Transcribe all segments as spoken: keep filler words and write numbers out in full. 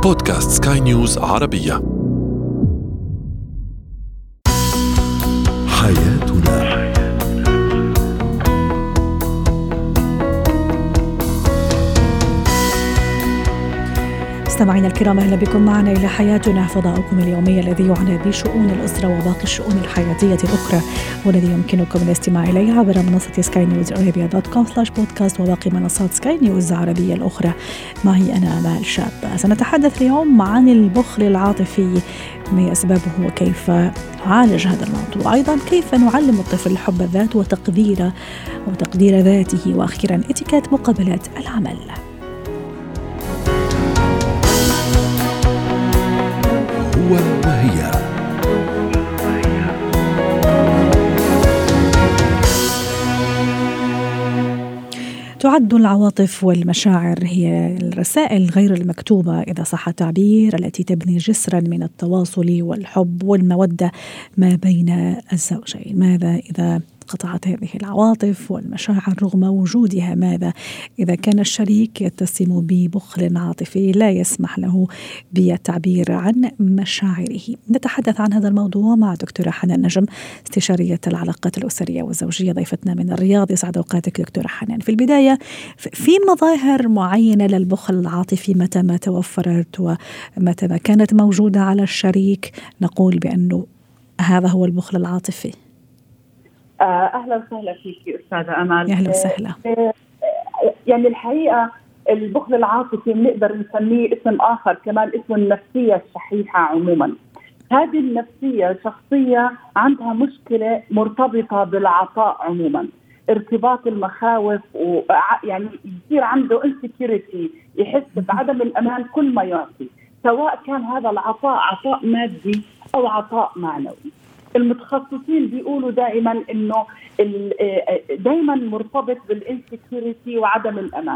بودكاست سكاي نيوز عربية. حياتنا. مستمعينا الكرام، أهلا بكم معنا إلى حياتنا، فضاؤكم اليومي الذي يعنى بشؤون الأسرة وباقي الشؤون الحياتية الأخرى، والذي يمكنكم الاستماع إليه عبر منصة سكاي نيوز عربية دوت كوم سلاش بودكاست وباقي منصات سكاي نيوز عربية الأخرى. معي أنا آمال شاب. سنتحدث اليوم عن البخل العاطفي، ما أسبابه وكيف نعالج هذا الموضوع، أيضا كيف نعلم الطفل حب الذات وتقديره أو تقدير ذاته، وأخيرا اتيكيت مقابلات العمل. هو وهي. تعد العواطف والمشاعر هي الرسائل غير المكتوبة إذا صح التعبير التي تبني جسرا من التواصل والحب والمودة ما بين الزوجين. ماذا إذا قطعت هذه العواطف والمشاعر رغم وجودها؟ ماذا إذا كان الشريك يتسم ببخل عاطفي لا يسمح له بالتعبير عن مشاعره؟ نتحدث عن هذا الموضوع مع دكتورة حنان نجم، استشارية العلاقات الأسرية والزوجية، ضيفتنا من الرياض. يسعد أوقاتك دكتورة حنان. في البداية، في مظاهر معينة للبخل العاطفي متى ما توفرت ومتى ما كانت موجودة على الشريك نقول بأنه هذا هو البخل العاطفي؟ أهلا وسهلا فيك أستاذة أمال. أهلا وسهلا. يعني الحقيقة البخل العاطفي بنقدر نسميه اسم آخر كمان، اسمه النفسية الشحيحة. عموما هذه النفسية شخصية عندها مشكلة مرتبطة بالعطاء، عموما ارتباط المخاوف، ويعني يصير عنده insecurity، يحس بعدم الأمان كل ما يعطي، سواء كان هذا العطاء عطاء مادي أو عطاء معنوي. المتخصصين بيقولوا دائما انه دائما مرتبط بالانسكيورتي وعدم الامان.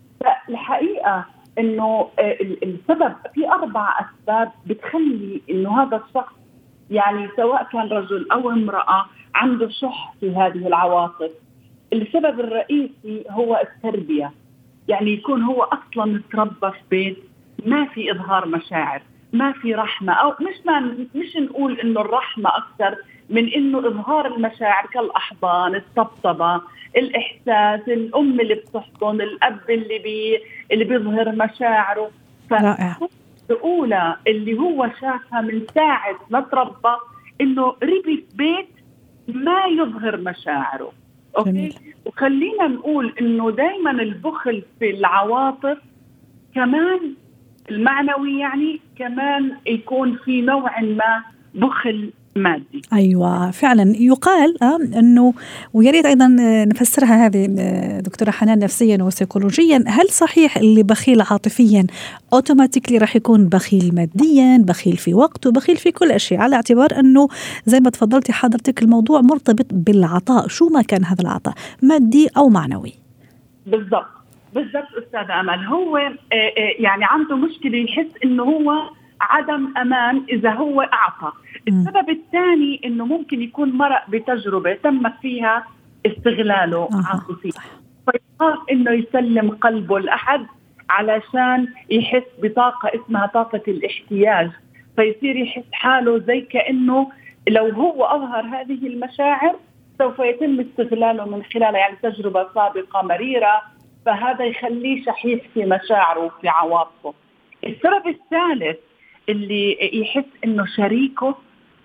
فالحقيقه انه السبب في اربع اسباب بتخلي انه هذا الشخص، يعني سواء كان رجل او امراه، عنده شح في هذه العواطف. السبب الرئيسي هو التربيه، يعني يكون هو اصلا تربى في بيت ما في اظهار مشاعر، ما في رحمة، أو مش ما مش نقول إنه الرحمة أكثر من إنه إظهار المشاعر كالأحضان، الطبطبة، الإحساس، الأم اللي بتحضن، الأب اللي بي اللي بيظهر مشاعره. فالخطوة الأولى اللي هو شافها من ساعة ما تربى إنه ربي في بيت ما يظهر مشاعره. أوكي. جميل. وخلينا نقول إنه دايما البخل في العواطف كمان المعنوي، يعني كمان يكون في نوع ما بخل مادي. أيوة فعلا يقال آه أنه، ويريد أيضا نفسرها هذه دكتورة حنان نفسيا وسيكولوجيا. هل صحيح اللي بخيل عاطفيا أوتوماتيكلي راح يكون بخيل ماديا، بخيل في وقته، بخيل في كل شيء، على اعتبار أنه زي ما تفضلتي حضرتك الموضوع مرتبط بالعطاء، شو ما كان هذا العطاء مادي أو معنوي؟ بالضبط بالضبط أستاذة أمل. هو يعني عنده مشكلة، يحس إنه هو عدم أمان إذا هو أعطى. السبب الثاني إنه ممكن يكون مرق بتجربة تم فيها استغلاله عاطفيا، فيخاف إنه يسلم قلبه لأحد علشان يحس بطاقة اسمها طاقة الاحتياج، فيصير يحس حاله زي كأنه لو هو أظهر هذه المشاعر سوف يتم استغلاله من خلالها، يعني تجربة سابقة مريرة، فهذا يخليه شحيح في مشاعره وفي عواطفه. السبب الثالث اللي يحس إنه شريكه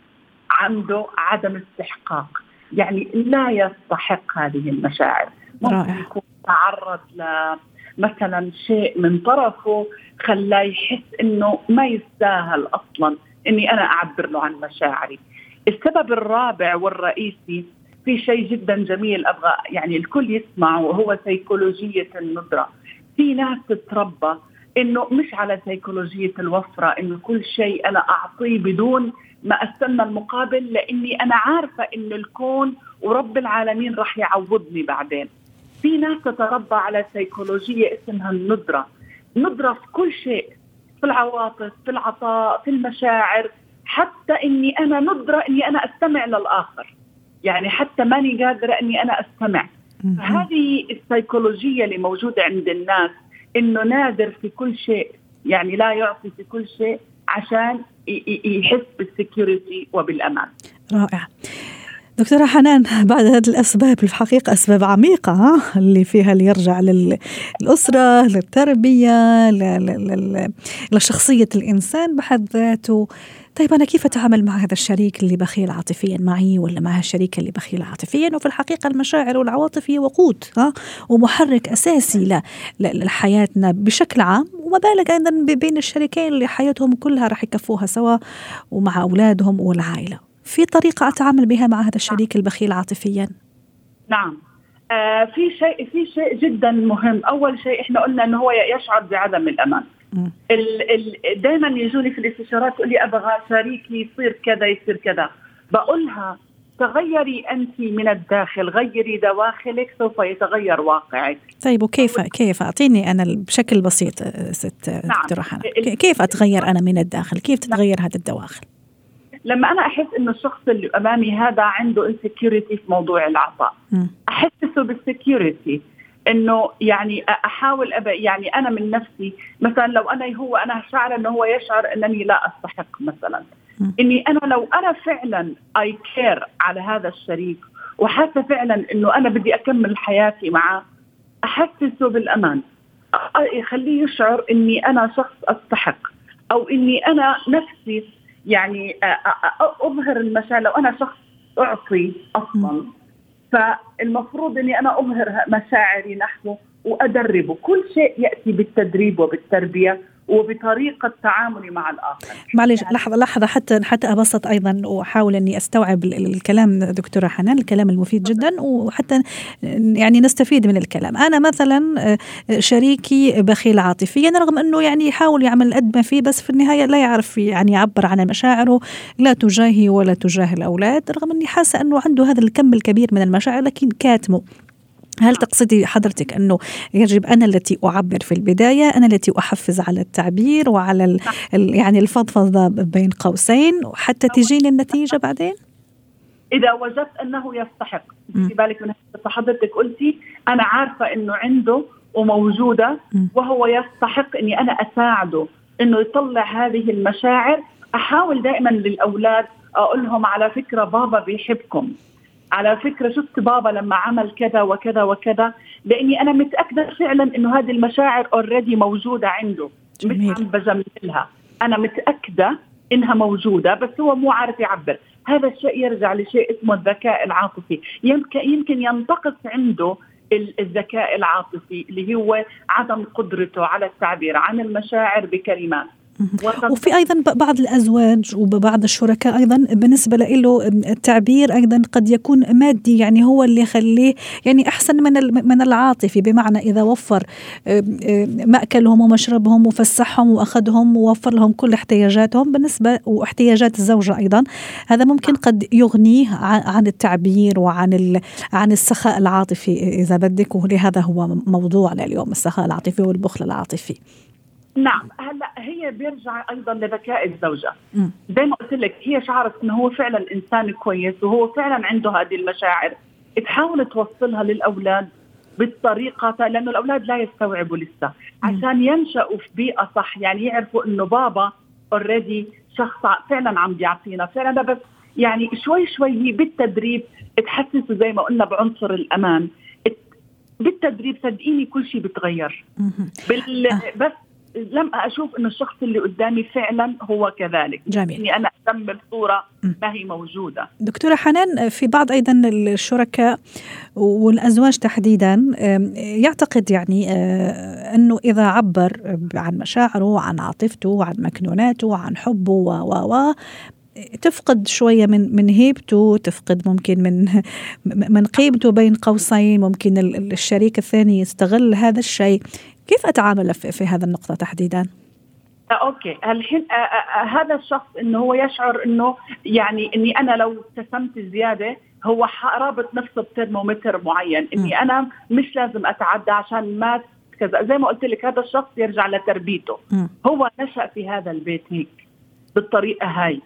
عنده عدم استحقاق، يعني لا يستحق هذه المشاعر. ممكن يكون تعرض لمثلا شيء من طرفه خلاه يحس إنه ما يستاهل أصلا إني أنا أعبر له عن مشاعري. السبب الرابع والرئيسي في شيء جدا جميل أبغى يعني الكل يسمعه، وهو سيكولوجية الندرة. في ناس تتربى إنه مش على سيكولوجية الوفرة، إنه كل شيء أنا أعطيه بدون ما أستنى المقابل، لأني أنا عارفة إنه الكون ورب العالمين رح يعوضني بعدين. في ناس تتربى على سيكولوجية اسمها الندرة، ندرة في كل شيء، في العواطف، في العطاء، في المشاعر، حتى إني أنا ندرة إني أنا أستمع للآخر، يعني حتى ماني قادرة إني أنا أستمع. فهذه السيكولوجية اللي موجودة عند الناس، إنه نادر في كل شيء يعني لا يعطي في كل شيء عشان يحس بالسكيورتي وبالأمان. رائع. دكتورة حنان، بعد هذه الأسباب الحقيقة أسباب عميقة ها؟ اللي فيها اللي يرجع للأسرة، للتربية، لشخصية الإنسان بحد ذاته. طيب أنا كيف أتعامل مع هذا الشريك اللي بخيل عاطفيا معي، ولا مع الشريك اللي بخيل عاطفيا؟ وفي الحقيقة المشاعر والعواطف هي وقود ها ومحرك أساسي لحياتنا بشكل عام، وما بالك أيضا بين الشريكين اللي حياتهم كلها راح يكفوها سوا ومع أولادهم والعائلة. في طريقة أتعامل بها مع هذا الشريك البخيل عاطفيا؟ نعم. آه في شيء في شيء جدا مهم. أول شيء إحنا قلنا إنه هو يشعر بعدم الأمان. ال ال دائما يجوني في الاستشارات تقول لي أبغى شريكي يصير كذا يصير كذا. بقولها تغيري أنت من الداخل، غيري دواخلك سوف يتغير واقعك. طيب وكيف كيف أعطيني أنا بشكل بسيط ست نعم. دكتورة حنان، كيف أتغير أنا من الداخل؟ كيف تتغير هذا الدواخل؟ لما أنا أحس إنه الشخص اللي أمامي هذا عنده insecurity في موضوع العطاء، أحسسه بالsecurity، إنه يعني أحاول أبقى يعني أنا من نفسي مثلا لو أنا هو أنا شعر إنه هو يشعر أنني لا أستحق مثلا، إني أنا لو أنا فعلا I care على هذا الشريك وحاسة فعلا إنه أنا بدي أكمل حياتي معه، أحسسه بالأمان، يخليه يشعر إني أنا شخص أستحق، أو إني أنا نفسي يعني أظهر المشاعر. لو أنا شخص أعطي أصلا فالمفروض أني أنا أظهر مشاعري نحوه وأدربه. كل شيء يأتي بالتدريب وبالتربية وبطريقة تعاملي مع الآخر. معلش لحظة لحظة حتى حتى أبسط أيضا وأحاول أني أستوعب الكلام دكتورة حنان، الكلام المفيد جدا، وحتى يعني نستفيد من الكلام. أنا مثلا شريكي بخيل عاطفيا رغم أنه يعني يحاول يعمل قد ما فيه، بس في النهاية لا يعرف يعني يعبر عن مشاعره لا تجاهي ولا تجاه الأولاد، رغم أني حاسة أنه عنده هذا الكم الكبير من المشاعر لكن كاتمه. هل تقصدي حضرتك أنه يجب أنا التي أعبر في البداية، أنا التي أحفز على التعبير وعلى ال يعني الفضفضة بين قوسين حتى تجيني النتيجة بعدين؟ إذا وجدت أنه يستحق، في بالك من حضرتك قلتي أنا عارفة أنه عنده وموجودة وهو يستحق أني أنا أساعده أنه يطلع هذه المشاعر. أحاول دائما للأولاد أقول لهم على فكرة بابا بيحبكم، على فكرة شفت بابا لما عمل كذا وكذا وكذا، لأني أنا متأكدة فعلا إنه هذه المشاعر already موجودة عنده، مش عم بجملها، أنا متأكدة إنها موجودة بس هو مو عارف يعبر. هذا الشيء يرجع لشيء اسمه الذكاء العاطفي. يمكن يمكن ينتقص عنده الذكاء العاطفي اللي هو عدم قدرته على التعبير عن المشاعر بكلمات. وفي أيضا بعض الأزواج وبعض الشركاء أيضا بالنسبة له التعبير أيضا قد يكون مادي، يعني هو اللي يخليه يعني أحسن من من العاطفي، بمعنى إذا وفر مأكلهم ومشربهم وفسحهم وأخذهم ووفر لهم كل احتياجاتهم بالنسبة واحتياجات الزوجة أيضا، هذا ممكن قد يغنيه عن التعبير وعن عن السخاء العاطفي إذا بدك، ولهذا هو موضوعنا اليوم، السخاء العاطفي والبخل العاطفي. نعم. هلا هي بيرجع ايضا لذكاء الزوجه. زي ما قلت لك هي شعرت انه هو فعلا انسان كويس وهو فعلا عنده هذه المشاعر، تحاول توصلها للاولاد بالطريقه، لانه الاولاد لا يستوعبوا لسه، عشان ينشأوا في بيئه صح، يعني يعرفوا انه بابا اوريدي شخص فعلا عم بيعطينا فعلا، بس يعني شوي شوي هي بالتدريب تحسسوا زي ما قلنا بعنصر الامان. بالتدريب صدقيني كل شيء بتغير. بال... بس لم أشوف إنه الشخص اللي قدامي فعلا هو كذلك. جميل. إني أنا أكمل صورة ما هي موجودة. دكتورة حنان، في بعض أيضا الشركاء والأزواج تحديدا يعتقد يعني أنه إذا عبر عن مشاعره عن عاطفته عن مكنوناته عن حبه و و تفقد شوية من من هيبته، تفقد ممكن من من قيمته بين قوسين، ممكن الشريك الثاني يستغل هذا الشيء. كيف أتعامل في, في هذا النقطة تحديدا؟ أوكي الحين هذا الشخص إنه هو يشعر إنه يعني إني أنا لو ابتسمت زيادة هو رابط نفسه بترمومتر معين، إني أنا مش لازم أتعدى عشان ما كذا. زي ما قلت لك هذا الشخص يرجع لتربيته، هو نشأ في هذا البيت هيك بالطريقة هاي،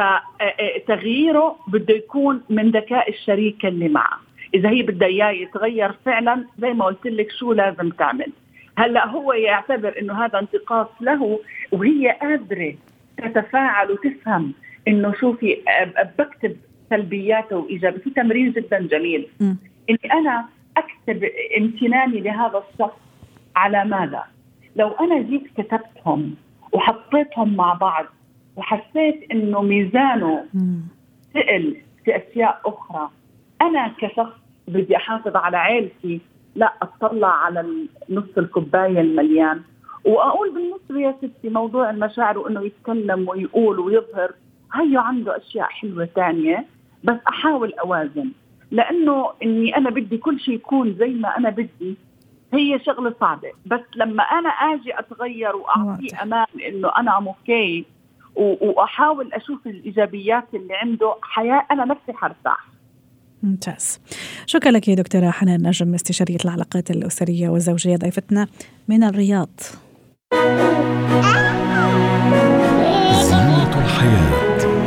فتغييره بده يكون من ذكاء الشريك اللي معه. إذا هي بدها إياه يتغير فعلا زي ما قلت لك شو لازم تعمل. هلا هو يعتبر انه هذا انتقاص له، وهي قادره تتفاعل وتفهم انه شوفي بكتب سلبياته وايجابياته. في تمرين جدا جميل م. اني انا اكتب امتناني لهذا الشخص على ماذا. لو انا جيت كتبتهم وحطيتهم مع بعض وحسيت انه ميزانه ثقل في اشياء اخرى، انا كشخص بدي احافظ على عائلتي، لا اطلع على نص الكوبايه المليان واقول بالنسبه يا ستي موضوع المشاعر وانه يتكلم ويقول ويظهر، هيو عنده اشياء حلوه تانية، بس احاول اوازن. لانه اني انا بدي كل شيء يكون زي ما انا بدي هي شغله صعبه، بس لما انا اجي اتغير واعطيه امان انه انا ام اوكي واحاول اشوف الايجابيات اللي عنده، حياه انا نفسي حرتاح. ممتاز. شكرا لك يا دكتورة حنان نجم، استشارية العلاقات الأسرية والزوجية، ضيفتنا من الرياض. زينة الحياة.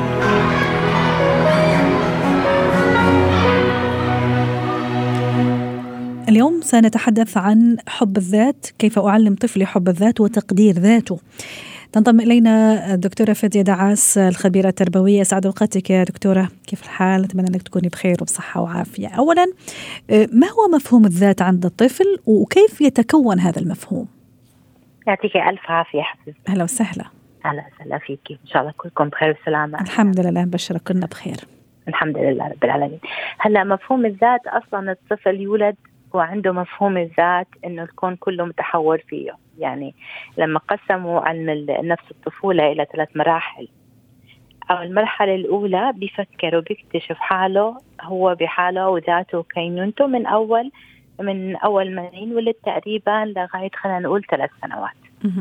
اليوم سنتحدث عن حب الذات، كيف أعلم طفلي حب الذات وتقدير ذاته. تنضم إلينا الدكتورة فادية دعاس الخبيرة التربوية. سعد أوقاتك يا دكتورة، كيف الحال؟ أتمنى أنك تكوني بخير وبصحة وعافية. أولا، ما هو مفهوم الذات عند الطفل وكيف يتكون هذا المفهوم؟ يعطيك ألف عافية حبيبتي. أهلا وسهلا. أهلا وسهلا فيكي، إن شاء الله كلكم بخير وسلامة. الحمد لله، بشرك كلنا بخير الحمد لله رب العالمين. هلا مفهوم الذات أصلا الطفل يولد وعنده مفهوم الذات إنه الكون كله متحور فيه. يعني لما قسموا علم النفس الطفولة إلى ثلاث مراحل، أو المرحلة الأولى بيفكر وبيكتشف حاله هو بحاله وذاته وكينونته من أول من أول ما ينولد تقريبا لغاية خلينا نقول ثلاث سنوات.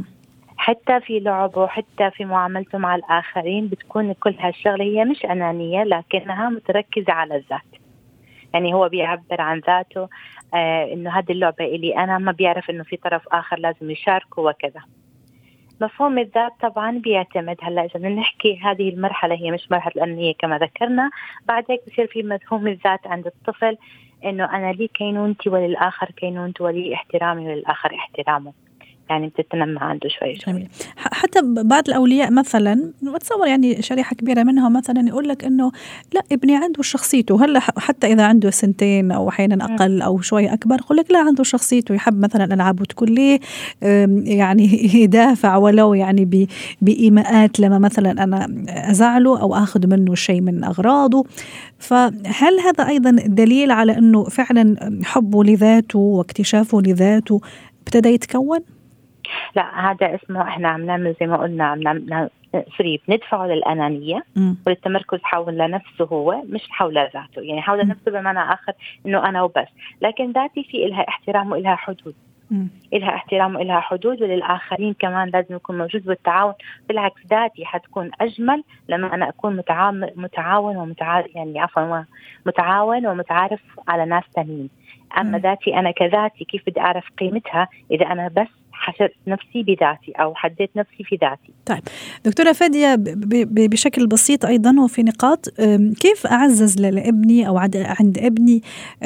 حتى في لعبه حتى في معاملته مع الآخرين بتكون كل هالشغلة هي مش أنانية لكنها متركزة على الذات. يعني هو بيعبر عن ذاته آه إنه هذه اللعبة إلي أنا، ما بيعرف إنه في طرف آخر لازم يشاركه وكذا. مفهوم الذات طبعا بيعتمد، هلا إذا نحكي هذه المرحلة هي مش مرحلة الأنانية كما ذكرنا، بعد هيك بصير في مفهوم الذات عند الطفل إنه أنا لي كينونتي وللآخر كينونته ولي احترامي وللآخر احترامه. يعني بتتنمى عنده شوي شوي. حتى بعض الأولياء مثلا بتصور يعني شريحة كبيرة منهم مثلا يقول لك إنه لا ابني عنده شخصيته، هلا حتى إذا عنده سنتين أو أحيانا أقل أو شوي أكبر يقول لك لا عنده شخصيته، يحب مثلا الألعاب وتقول ليه يعني يدافع ولو يعني بإيماءات لما مثلا أنا أزعله أو أخذ منه شيء من أغراضه. فهل هذا أيضا دليل على إنه فعلا حبه لذاته واكتشافه لذاته ابتدى يتكون؟ لا، هذا اسمه احنا عم نعمل زي ما قلنا عم نعمل سوري بندفعه للأنانية م. وللتمركز حول نفسه هو مش حول ذاته. يعني حول م. نفسه بمعنى آخر إنه أنا وبس، لكن ذاتي في إلها احترام وإلها حدود م. إلها احترام وإلها حدود، وللآخرين كمان لازم يكون موجود بالتعاون. بالعكس ذاتي حتكون أجمل لما أنا أكون متعاون متعاون ومتعارف يعني عفوا متعاون ومتعارف على ناس تانيين. أما م. ذاتي أنا كذاتي كيف بدي أعرف قيمتها إذا أنا بس حشرت نفسي بذاتي أو حديت نفسي في ذاتي. طيب دكتورة فادية، بشكل بسيط أيضا وفي نقاط، كيف أعزز لابني أو عند ابني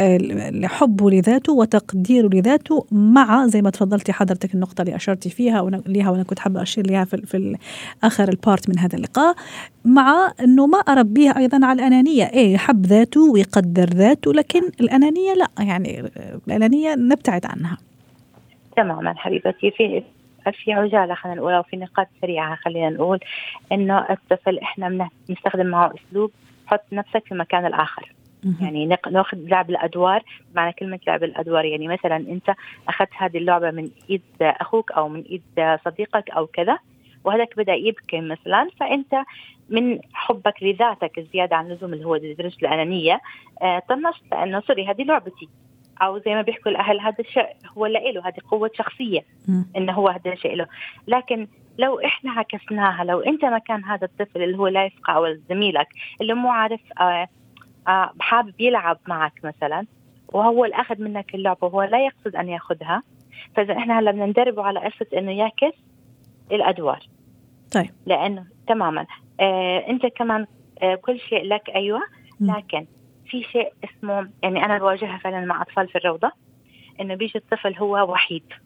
حبه لذاته وتقديره لذاته، مع زي ما تفضلتي حضرتك النقطة اللي أشرتي فيها ليها وأنا كنت حابة أشير لها في, في آخر البارت من هذا اللقاء، مع أنه ما أربيه أيضا على الأنانية. إيه يحب ذاته ويقدر ذاته، لكن الأنانية لا، يعني الأنانية نبتعد عنها. تماما حبيبتي. في في عجالة خلينا نقول، أو في نقاط سريعة خلينا نقول إنه الطفل إحنا بنستخدم معه أسلوب حط نفسك في مكان الآخر. يعني ناخذ لعب الأدوار، معنى كلمة لعب الأدوار يعني مثلا أنت أخذت هذه اللعبة من إيد أخوك أو من إيد صديقك أو كذا، وهذاك بدأ يبكي مثلا، فأنت من حبك لذاتك الزيادة عن اللزوم اللي هو درجة الأنانية آه طنشت لأنه سوري هذه لعبتي، أو زي ما بيحكوا الأهل هذا الشيء هو لإله، هذه قوة شخصية م. إنه هو هذا الشيء له. لكن لو إحنا عكسناها، لو أنت مكان هذا الطفل اللي هو لا يفقه أو زميلك اللي مو عارف آه آه حابب يلعب معك مثلا، وهو الأخذ منك اللعبة وهو لا يقصد أن يأخذها، فإذا إحنا هلا بندربه على قصة إنه يعكس الأدوار. طيب لأنه تماما آه أنت كمان آه كل شيء لك أيوة، لكن في شيء اسمه يعني أنا بواجهها فعلا مع أطفال في الروضة، إنه بيجي الطفل هو وحيد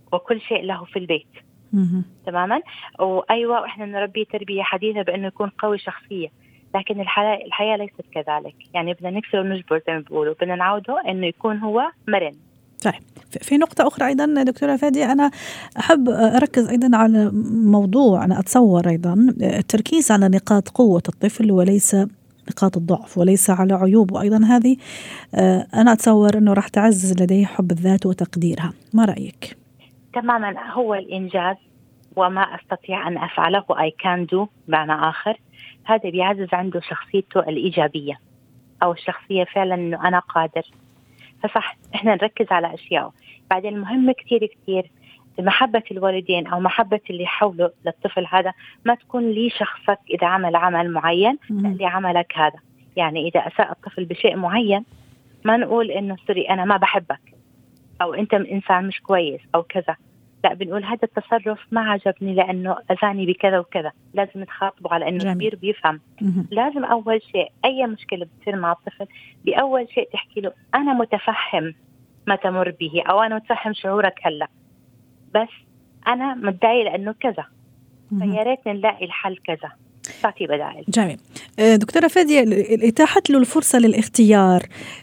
وكل شيء له في البيت. مم. تماما. وأيوة إحنا نربي تربية حديثة بأنه يكون قوي شخصية، لكن الحياة الحياة ليست كذلك. يعني بدنا نكسر ونجبر زي ما بيقولوا، بدنا نعوده إنه يكون هو مرن. طيب في نقطة أخرى أيضا دكتورة فادية، أنا أحب أركز أيضا على موضوع، أنا أتصور أيضا التركيز على نقاط قوة الطفل وليس نقاط الضعف، وليس على عيوبه. أيضا هذه أنا أتصور أنه راح تعزز لديه حب الذات وتقديرها. ما رأيك؟ تماما. هو الإنجاز وما أستطيع أن أفعله I can do بمعنى آخر، هذا بيعزز عنده شخصيته الإيجابية أو الشخصية فعلا أنه أنا قادر. فصح إحنا نركز على أشياء. بعدين المهم كتير كتير محبة الوالدين أو محبة اللي حوله للطفل هذا، ما تكون لي شخصك إذا عمل عمل معين لعملك هذا. يعني إذا أساء الطفل بشيء معين ما نقول إنه سوري أنا ما بحبك أو أنت إنسان مش كويس أو كذا، لا بنقول هذا التصرف ما عجبني لأنه أذاني بكذا وكذا. لازم نخاطبه على إنه كبير بيفهم. لازم أول شيء أي مشكلة بتصير مع الطفل بأول شيء تحكي له أنا متفهم ما تمر به أو أنا متفهم شعورك هلأ، بس أنا متضايق لأنه كذا، فيا ريت نلاقي الحل كذا، تعطي بدائل. جميل. دكتورة فادية، إتاحة له الفرصة للاختيار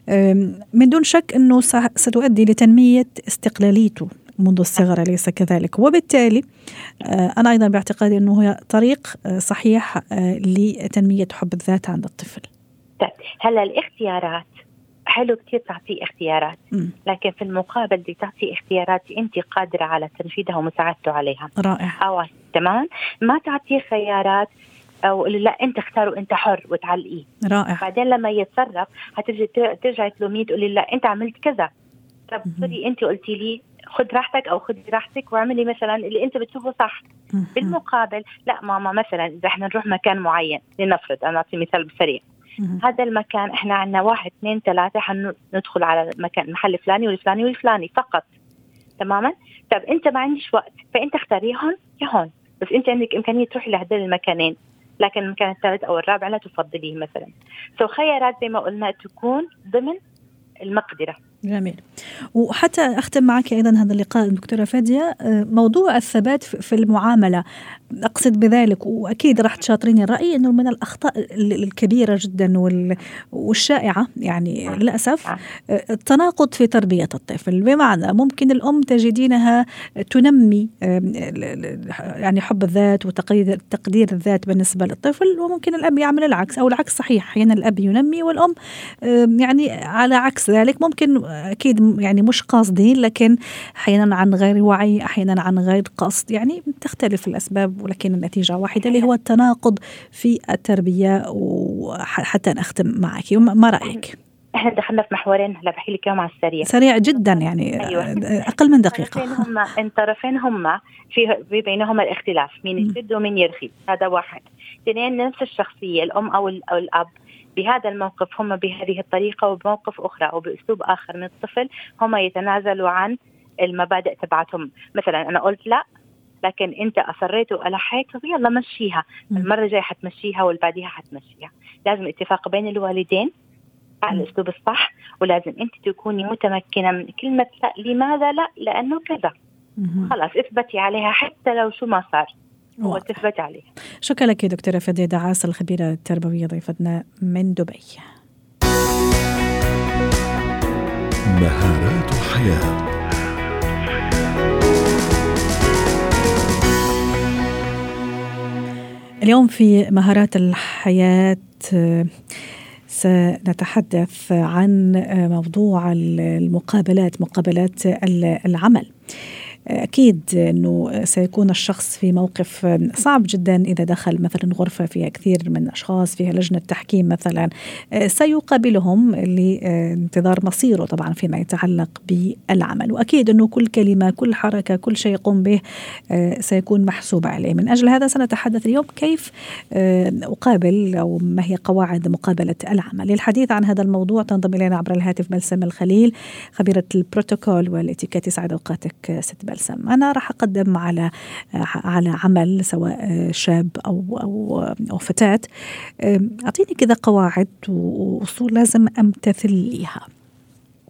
من دون شك أنه ستؤدي لتنمية استقلاليته منذ الصغر، ليس كذلك؟ وبالتالي أنا أيضا باعتقادي أنه هي طريق صحيح لتنمية حب الذات عند الطفل. طيب هلا الاختيارات حلو كتير تعطي اختيارات، لكن في المقابل دي تعطي اختيارات أنت قادرة على تنفيذها ومساعدته عليها. رائع. أو تمام، ما تعطيه خيارات أو لا أنت اختار وأنت حر وتعلقيه. رائع. بعدين لما يتصرف هترجع ترجع تلوميه تقولي لا أنت عملت كذا، طب سوري أنت قلتي لي خد راحتك أو خد راحتك واعملي مثلا اللي أنت بتشوفه صح. بالمقابل لا ماما مثلا إذا احنا نروح مكان معين، لنفرض أنا أعطي مثال بسريع، هذا المكان احنا عندنا واحد اثنين ثلاثة حندخل على مكان محل فلاني والفلاني والفلاني فقط. تماما. طب انت ما عنديش وقت فانت اختاري هون يا هون، بس انت عندك امكانية تروحي لهذول المكانين، لكن المكان الثالث او الرابع لا تفضليه مثلا. سو خيارات زي ما قلنا تكون ضمن المقدرة. جميل. وحتى أختم معك أيضا هذا اللقاء دكتورة فادية، موضوع الثبات في المعاملة، أقصد بذلك وأكيد راح تشاطريني الرأي أنه من الأخطاء الكبيرة جدا والشائعة يعني للأسف التناقض في تربية الطفل. بمعنى ممكن الأم تجدينها تنمي يعني حب الذات وتقدير تقدير الذات بالنسبة للطفل، وممكن الأب يعمل العكس أو العكس صحيح، أحيانا الأب ينمي والأم يعني على عكس ذلك. ممكن أكيد يعني مش قاصدين، لكن أحيانا عن غير وعي، أحيانا عن غير قصد، يعني تختلف الأسباب ولكن النتيجة واحدة اللي هو التناقض في التربية. وحتى نختم معك، ما رأيك؟ احنا دخلنا في محورين هلا بحكي لك على السريع سريع جدا يعني. أيوة. أقل من دقيقة. هم الطرفين هم في بينهما الاختلاف، مين يشد ومين يرخي، هذا واحد. اثنين نفس الشخصية الأم أو أو الأب بهذا الموقف هم بهذه الطريقة، وبموقف أخرى أو بأسلوب آخر من الطفل هم يتنازلوا عن المبادئ تبعتهم. مثلا أنا قلت لا لكن أنت أصريت وألحيت، يلا مشيها، المرة الجاية حتمشيها والبعديها حتمشيها. لازم اتفاق بين الوالدين على الأسلوب الصح، ولازم أنت تكوني متمكنة من كلمة لا. لماذا لا؟ لأنه كذا، خلاص اثبتي عليها حتى لو شو ما صار وتثبت عليه. شكرا لك دكتورة فادية دعاس الخبيرة التربوية ضيفتنا من دبي. مهارات حياة. اليوم في مهارات الحياة سنتحدث عن موضوع المقابلات، مقابلات العمل. أكيد أنه سيكون الشخص في موقف صعب جدا إذا دخل مثلا غرفة فيها كثير من أشخاص، فيها لجنة تحكيم مثلا، سيقابلهم لانتظار مصيره طبعا فيما يتعلق بالعمل. وأكيد أنه كل كلمة، كل حركة، كل شيء يقوم به سيكون محسوب عليه. من أجل هذا سنتحدث اليوم كيف أقابل أو ما هي قواعد مقابلة العمل. للحديث عن هذا الموضوع تنضم إلينا عبر الهاتف بلسم الخليل، خبيرة البروتوكول والإتيكيت. يسعد أوقاتك ست بلسم. أنا راح أقدم على على عمل سواء شاب أو أو أو فتاة، أعطيني كذا قواعد وأصول لازم أمتثل لها.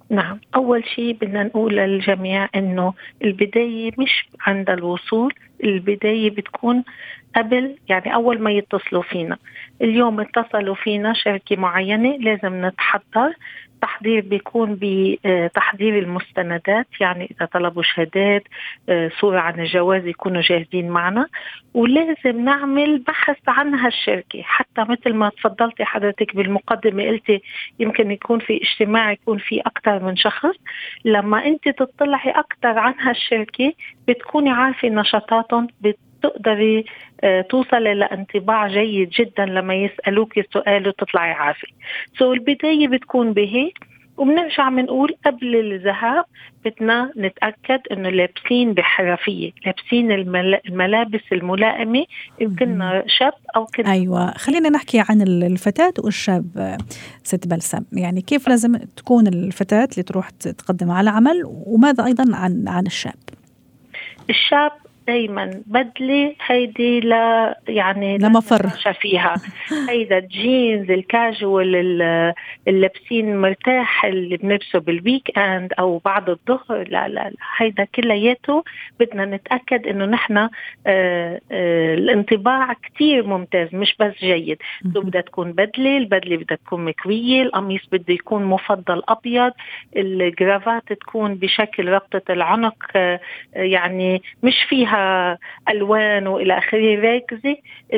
نعم، أول شيء بدنا نقول للجميع إنه البداية مش عند الوصول، البداية بتكون قبل، يعني أول ما يتصلوا فينا. اليوم اتصلوا فينا شركة معينة، لازم نتحضر. تحضير بيكون بتحضير المستندات، يعني إذا طلبوا شهادات، صورة عن الجواز، يكونوا جاهزين معنا. ولازم نعمل بحث عن هالشركة، حتى مثل ما تفضلتي حضرتك بالمقدمة قلتي يمكن يكون في اجتماع يكون في أكثر من شخص. لما أنت تطلعي أكثر عن هالشركة بتكوني عارفة نشاطاتهم، تقدري توصلي لانطباع جيد جدا لما يسألوك السؤال وتطلعي عارفة. سو البداية بتكون بهيك. وبنرجع بنقول قبل الذهاب بدنا نتأكد إنه لابسين بحرفية، لابسين الملابس الملائمة، كنا شاب أو كنا. أيوة، خلينا نحكي عن الفتاة والشاب ست بلسم. يعني كيف لازم تكون الفتاة اللي تروح تقدم على عمل، وماذا أيضا عن عن الشاب؟ الشاب دايما بدلي هيدي لا يعني لا مفر فيها. هيدا الجينز الكاجوال اللبسين مرتاح اللي بنلبسه بالويك اند او بعد الظهر، لا لا لا، هيدا كلياته بدنا نتأكد انه نحن آه آه الانطباع كتير ممتاز مش بس جيد. بدها تكون بدلة، البدلة بدها تكون مكوية، القميص بده يكون مفضل ابيض، الجرافات تكون بشكل ربطة العنق آه يعني مش فيها ألوان وإلى آخره، راكزة.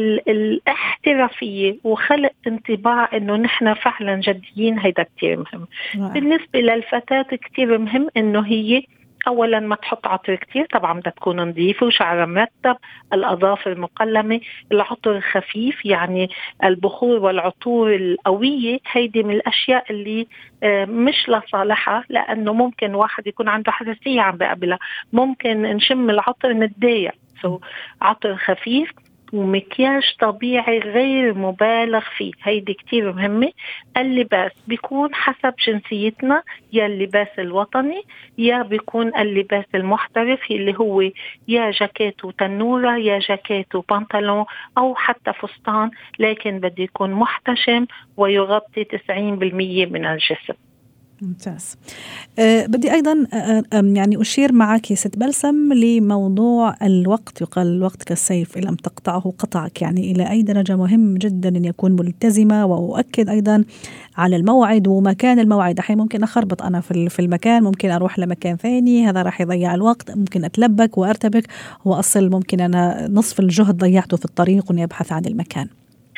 الاحترافية وخلق انطباع إنه نحن فعلا جديين، هيدا كتير مهم. رائع. بالنسبة للفتاة كتير مهم إنه هي أولا ما تحط عطر كتير، طبعا بدها تكون نظيفة وشعرها مرتب، الأظافر مقلمة، العطر خفيف، يعني البخور والعطور القوية هيدي من الأشياء اللي مش لصالحها، لأنه ممكن واحد يكون عنده حساسية عم بقابلها، ممكن نشم العطر نتضايق. سو عطر خفيف ومكياج طبيعي غير مبالغ فيه، هيدي كتير مهمة. اللباس بيكون حسب جنسيتنا، يا اللباس الوطني يا بيكون اللباس المحترف اللي هو يا جاكيت وتنورة يا جاكيت وبنطلون أو حتى فستان، لكن بده يكون محتشم ويغطي تسعين بالمية من الجسم. ممتاز. أه بدي أيضا أه يعني أشير معك يا ست بلسم لموضوع الوقت. يقال الوقت كالسيف إن لم تقطعه قطعك، يعني إلى أي درجة مهم جدا أن يكون ملتزمة، وأؤكد أيضا على الموعد ومكان الموعد. أحيانا ممكن أخربط أنا في في المكان، ممكن أروح لمكان ثاني، هذا راح يضيع الوقت، ممكن أتلبك وأرتبك وأصل ممكن أنا نصف الجهد ضيعته في الطريق وأني أبحث عن المكان.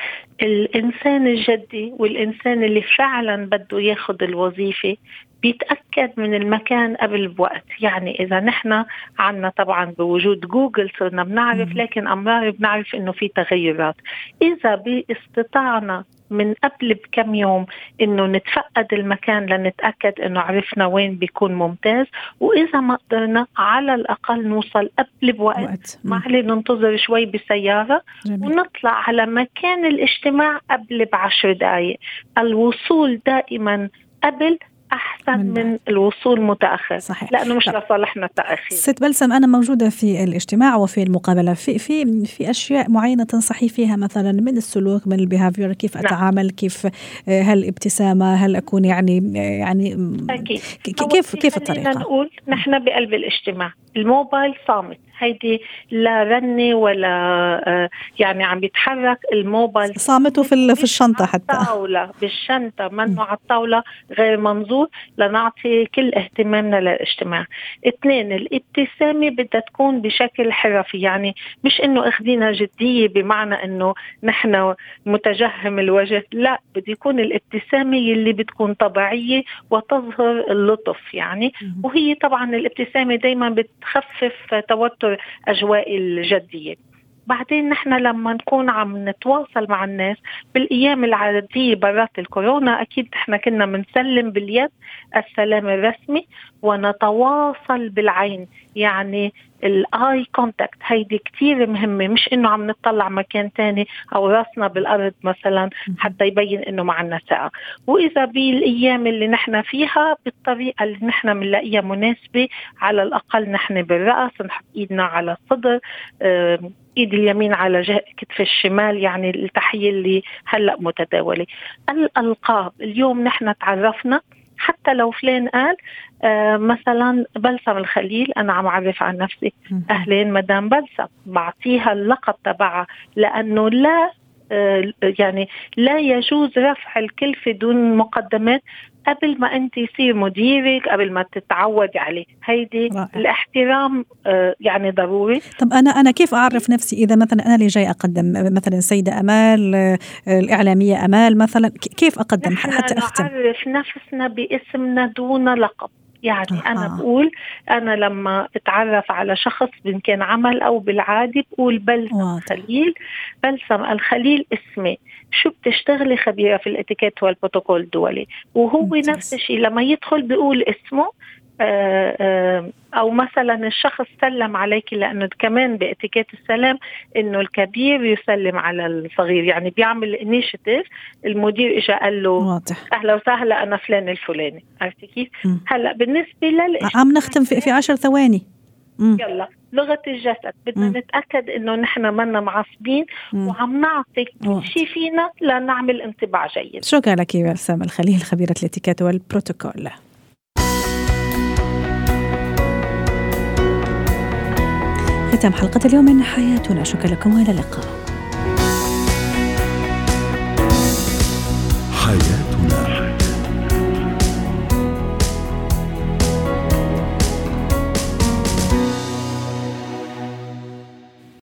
الإنسان الجدي والإنسان اللي فعلا بده ياخد الوظيفة بيتأكد من المكان قبل بوقت. يعني إذا نحن عنا طبعا بوجود جوجل صرنا بنعرف، لكن أمرار بنعرف إنه في تغيرات. إذا باستطاعنا من قبل بكم يوم إنه نتفقد المكان لنتأكد إنه عرفنا وين بيكون ممتاز، وإذا ما قدرنا على الأقل نوصل قبل بوقت، ما عليه ننتظر شوي بسيارة. جميل. ونطلع على مكان الاجتماع قبل بعشر دقايق. الوصول دائما قبل أحسن من, من الوصول متأخر. صحيح. لأنه مش لصالحنا التأخير. ست بلسم، أنا موجودة في الاجتماع وفي المقابلة، في في في أشياء معينة تنصحي فيها مثلا من السلوك، من البيهافير، كيف نعم. أتعامل، كيف هل ابتسامة، هل أكون يعني يعني أكيد. كيف كيف الطريقة؟ نقول نحن بقلب الاجتماع الموبايل صامت، هيدي لا رنة ولا آه يعني عم بيتحرك الموبايل صامته في في الشنطة حتى الطاولة بالشنطة، منه على الطاولة غير منظور، لنعطي كل اهتمامنا للاجتماع. اثنين، الابتسامة بدها تكون بشكل حرفي، يعني مش انه اخذينها جدية بمعنى انه نحن متجهم الوجه، لا، بدي يكون الابتسامة اللي بتكون طبيعية وتظهر اللطف يعني. وهي طبعا الابتسامة دايما بتخفف توتر أجواء الجدية. بعدين نحن لما نكون عم نتواصل مع الناس بالأيام العادية برات الكورونا، أكيد نحن كنا منسلم باليد السلام الرسمي ونتواصل بالعين، يعني الاي كونتاكت هيدي كتير مهمة، مش انه عم نطلع مكان تاني او راسنا بالارض مثلا حتى يبين انه معنا ثقة. واذا بالايام اللي نحن فيها بالطريقة اللي نحن منلاقيها مناسبة، على الاقل نحن بالرأس نحط ايدنا على الصدر، ايد اليمين على كتف الشمال، يعني التحية اللي هلأ متداولة. الألقاب اليوم نحن تعرفنا حتى لو فلان قال آه مثلا بلسم الخليل، أنا عم أعرف عن نفسي أهلين مدام بلسم، بعطيها اللقب تبعها، لأنه لا آه يعني لا يجوز رفع الكلفة دون مقدمات قبل ما أنت يصير مديرك، قبل ما تتعود عليه. هيدي رائع. الاحترام آه يعني ضروري. طب أنا أنا كيف أعرف نفسي إذا مثلا أنا اللي جاي أقدم مثلا سيدة أمال آه الإعلامية أمال مثلا، كيف أقدم حتى أختم؟ نعرف نفسنا باسمنا دون لقب. يعني آه. أنا بقول أنا لما أتعرف على شخص إن كان عمل أو بالعادي بقول بلسم الخليل. بلسم الخليل اسمي، شو بتشتغلي؟ خبيرة في الاتيكيت والبروتوكول الدولي. وهو ممتاز. نفس الشيء لما يدخل بيقول اسمه آآ آآ أو مثلا الشخص سلم عليك، لأنه كمان باتيكيت السلام إنه الكبير يسلم على الصغير، يعني بيعمل انيشيتيف. المدير إجا قال له واضح. أهلا وسهلا أنا فلان الفلاني، عرفتي كيف؟ هلا بالنسبة للإشتراك عم نختم في, في عشر ثواني. مم. يلا لغة الجسد بدنا نتأكد إنه نحن منا معصبين وعم نعطي كل شيء فينا لنعمل انطباع جيد. شكرا لك بلسم الخليل، خبيرة الاتيكيت والبروتوكول. ختام حلقة اليوم من حياتنا، شكرا لكم وإلى اللقاء.